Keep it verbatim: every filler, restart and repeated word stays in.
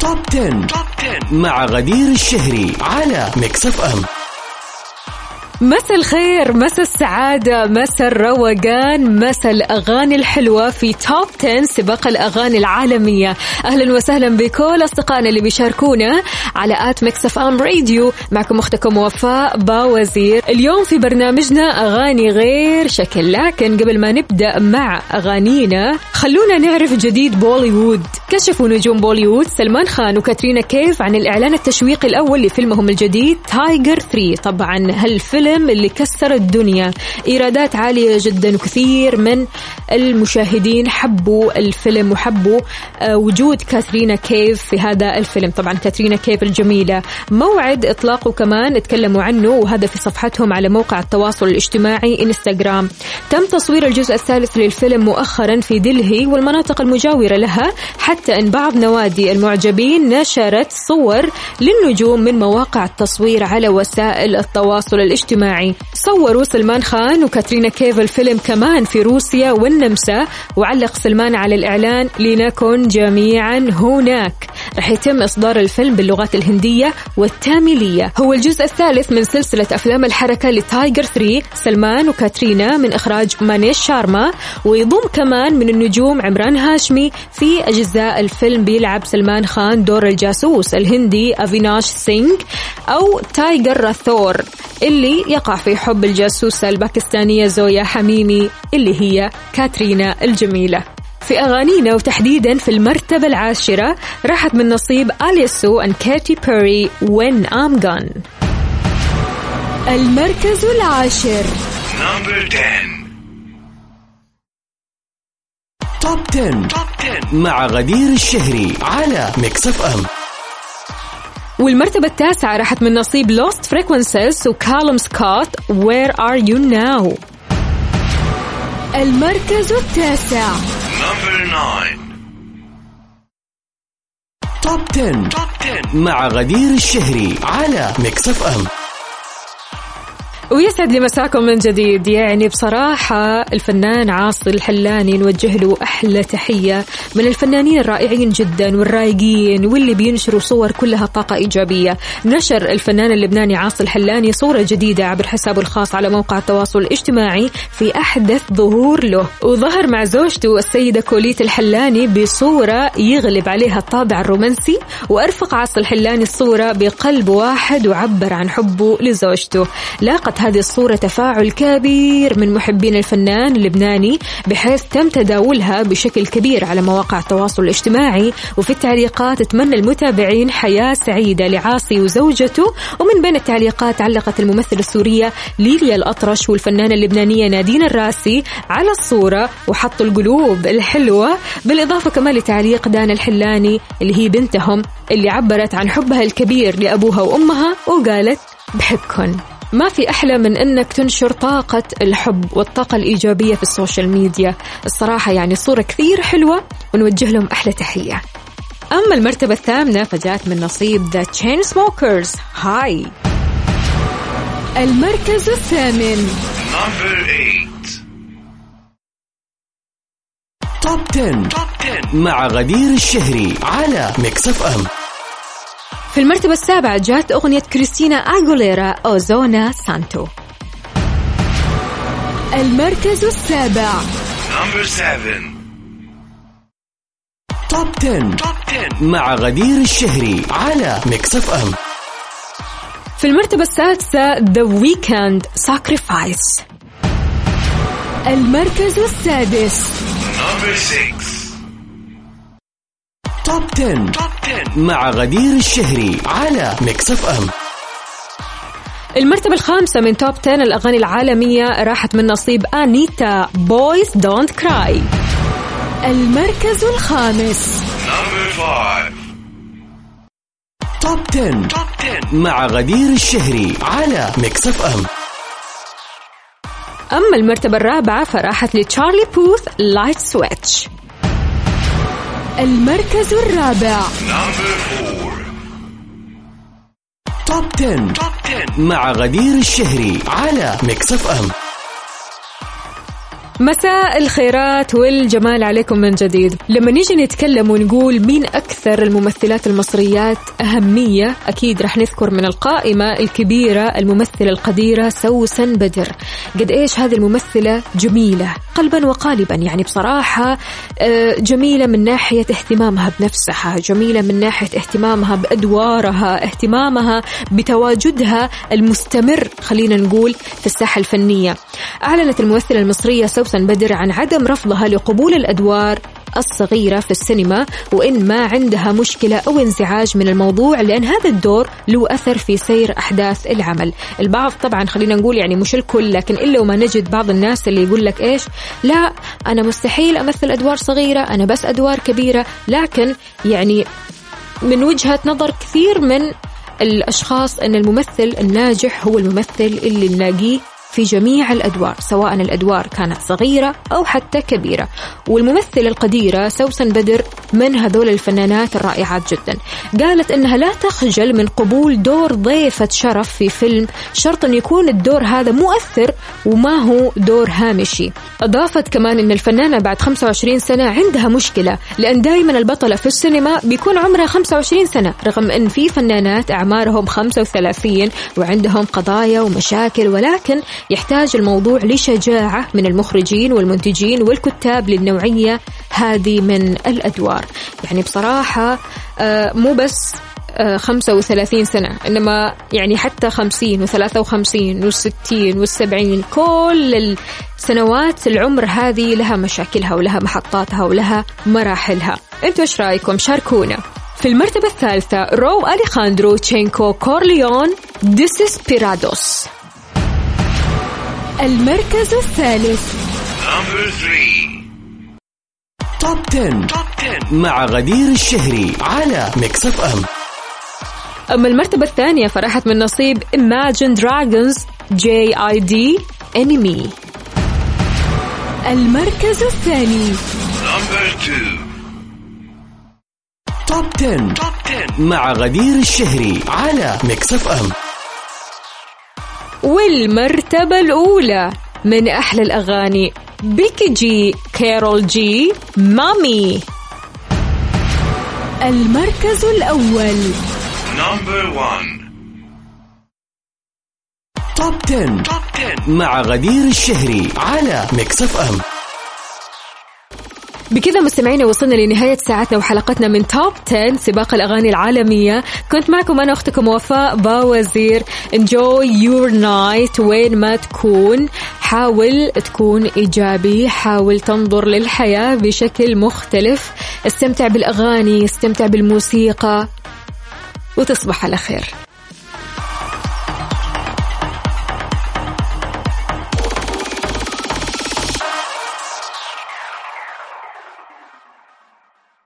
توب عشرة مع غدير الشهري على ميكس اف ام. مساء الخير، مساء السعادة، مساء الروقان، مساء الأغاني الحلوة في توب عشرة سباق الأغاني العالمية. أهلا وسهلا بكل أصدقائنا اللي بيشاركونا على آت ميكس اف ام راديو. معكم أختكم وفاء باوزير. اليوم في برنامجنا أغاني غير شكل، لكن قبل ما نبدأ مع أغانينا خلونا نعرف جديد بوليوود. كشفوا نجوم بوليوود سلمان خان وكاترينا كيف عن الإعلان التشويقي الأول لفيلمهم الجديد تايجر ثري. طبعا هالفيلم اللي كسر الدنيا، إيرادات عالية جدا، وكثير من المشاهدين حبوا الفيلم وحبوا وجود كاترينا كيف في هذا الفيلم. طبعا كاترينا كيف الجميلة. موعد إطلاقه كمان اتكلموا عنه، وهذا في صفحتهم على موقع التواصل الاجتماعي إنستغرام. تم تصوير الجزء الثالث للفيلم مؤخرا في دلهي والمناطق المجاورة لها، حتى أن بعض نوادي المعجبين نشرت صور للنجوم من مواقع التصوير على وسائل التواصل الاجتماعي. صوروا سلمان خان وكاترينا كيف الفيلم كمان في روسيا والنمسا، وعلق سلمان على الإعلان لنكن جميعا هناك. رح يتم إصدار الفيلم باللغات الهندية والتاميلية. هو الجزء الثالث من سلسلة أفلام الحركة لتايجر ثري، سلمان وكاترينا، من إخراج مانيش شارما، ويضم كمان من النجوم عمران هاشمي. في أجزاء الفيلم بيلعب سلمان خان دور الجاسوس الهندي أفيناش سينغ أو تايجر راثور، اللي يقع في حب الجاسوسة الباكستانية زويا حميمي اللي هي كاترينا الجميلة. في أغانينا وتحديدا في المرتبة العاشرة راحت من نصيب أليسو أند كاتي بيري When I'm Gone. المركز العاشر توب عشرة مع غدير الشهري على ميكس اف ام. والمرتبة التاسعة راحت من نصيب Lost Frequencies وكالوم سكوت Where Are You Now. المركز التاسع توب عشرة مع غدير الشهري على ميكس اف ام. ويسعد لي مساكم من جديد. يعني بصراحة الفنان عاصي الحلاني نوجه له أحلى تحية، من الفنانين الرائعين جدا والرايقين واللي بينشروا صور كلها طاقة إيجابية. نشر الفنان اللبناني عاصي الحلاني صورة جديدة عبر حسابه الخاص على موقع التواصل الاجتماعي في أحدث ظهور له، وظهر مع زوجته السيدة كوليت الحلاني بصورة يغلب عليها الطابع الرومانسي. وأرفق عاصي الحلاني الصورة بقلب واحد وعبر عن حبه لزوجته. لاقت هذه الصورة تفاعل كبير من محبين الفنان اللبناني، بحيث تم تداولها بشكل كبير على مواقع التواصل الاجتماعي. وفي التعليقات تمنى المتابعين حياة سعيدة لعاصي وزوجته. ومن بين التعليقات علقت الممثلة السورية ليليا الأطرش والفنانة اللبنانية نادين الراسي على الصورة وحطوا القلوب الحلوة، بالإضافة كمان لتعليق دانا الحلاني اللي هي بنتهم، اللي عبرت عن حبها الكبير لأبوها وأمها وقالت بحبكن. ما في أحلى من أنك تنشر طاقة الحب والطاقة الإيجابية في السوشيال ميديا. الصراحة يعني صورة كثير حلوة، ونوجه لهم أحلى تحية. أما المرتبة الثامنة فجاءت من نصيب The Chainsmokers هاي. المركز الثامن توب عشرة مع غدير الشهري على ميكس اف ام. في المرتبة السابعة جاءت أغنية كريستينا أغوليرا أوزونا سانتو. المركز السابع توب عشرة مع غدير الشهري على ميكس اف ام. في المرتبة السادسة The Weeknd Sacrifice. المركز السادس توب عشرة مع غدير الشهري على ميكس اف ام. المرتبة الخامسة من توب عشرة الأغاني العالمية راحت من نصيب أنيتا Boys Don't Cry. المركز الخامس توب عشرة مع غدير الشهري على ميكس اف ام. أما المرتبة الرابعة فراحت لتشارلي بوث لايت سويتش. المركز الرابع توب عشرة مع غدير الشهري على ميكس اف ام. مساء الخيرات والجمال عليكم من جديد. لما نيجي نتكلم ونقول مين أكثر الممثلات المصريات أهمية، أكيد رح نذكر من القائمة الكبيرة الممثلة القديرة سوسن بدر. قد إيش هذه الممثلة جميلة قلبا وقالبا، يعني بصراحة جميلة من ناحية اهتمامها بنفسها، جميلة من ناحية اهتمامها بأدوارها، اهتمامها بتواجدها المستمر خلينا نقول في الساحة الفنية. أعلنت الممثلة المصرية سوسن بدر عن عدم رفضها لقبول الأدوار الصغيرة في السينما، وإن ما عندها مشكلة أو انزعاج من الموضوع لأن هذا الدور له أثر في سير أحداث العمل. البعض طبعا خلينا نقول يعني مش الكل، لكن إلا وما نجد بعض الناس اللي يقول لك إيش، لا أنا مستحيل أمثل أدوار صغيرة، أنا بس أدوار كبيرة. لكن يعني من وجهة نظر كثير من الأشخاص أن الممثل الناجح هو الممثل اللي نلاقيه في جميع الأدوار، سواء الأدوار كانت صغيرة أو حتى كبيرة. والممثلة القديرة سوسن بدر من هذول الفنانات الرائعات جدا. قالت إنها لا تخجل من قبول دور ضيفة شرف في فيلم، شرط أن يكون الدور هذا مؤثر وما هو دور هامشي. أضافت كمان إن الفنانة بعد خمسة وعشرين سنة عندها مشكلة، لأن دائما البطلة في السينما بيكون عمرها خمسة وعشرين سنة، رغم أن في فنانات أعمارهم خمسة وثلاثين وعندهم قضايا ومشاكل. ولكن يحتاج الموضوع لشجاعة من المخرجين والمنتجين والكتاب للنوعية هذه من الأدوار. يعني بصراحة مو بس خمسة وثلاثين سنة، إنما يعني حتى خمسين وثلاثة وخمسين والستين والسبعين، كل السنوات العمر هذه لها مشاكلها ولها محطاتها ولها مراحلها. أنتوا إيش رأيكم؟ شاركونا. في المرتبة الثالثة رو أليخاندرو تشينكو كورليون ديسيسبيرادوس. المركز الثالث توب عشرة مع غدير الشهري على ميكس اف ام. أما المرتبة الثانية فراحت من نصيب Imagine Dragons جي آي دي Enemy. المركز الثاني توب عشرة مع غدير الشهري على ميكس اف ام. والمرتبة الأولى من أحلى الأغاني بيكي جي كارول جي مامي. المركز الأول توب عشرة مع غدير الشهري على ميكس اف ام. بكذا مستمعينا وصلنا لنهاية ساعتنا وحلقتنا من توب عشرة سباق الأغاني العالمية. كنت معكم أنا أختكم وفاء باوزير. Enjoy your night وين ما تكون، حاول تكون إيجابي، حاول تنظر للحياة بشكل مختلف، استمتع بالأغاني، استمتع بالموسيقى، وتصبح على خير.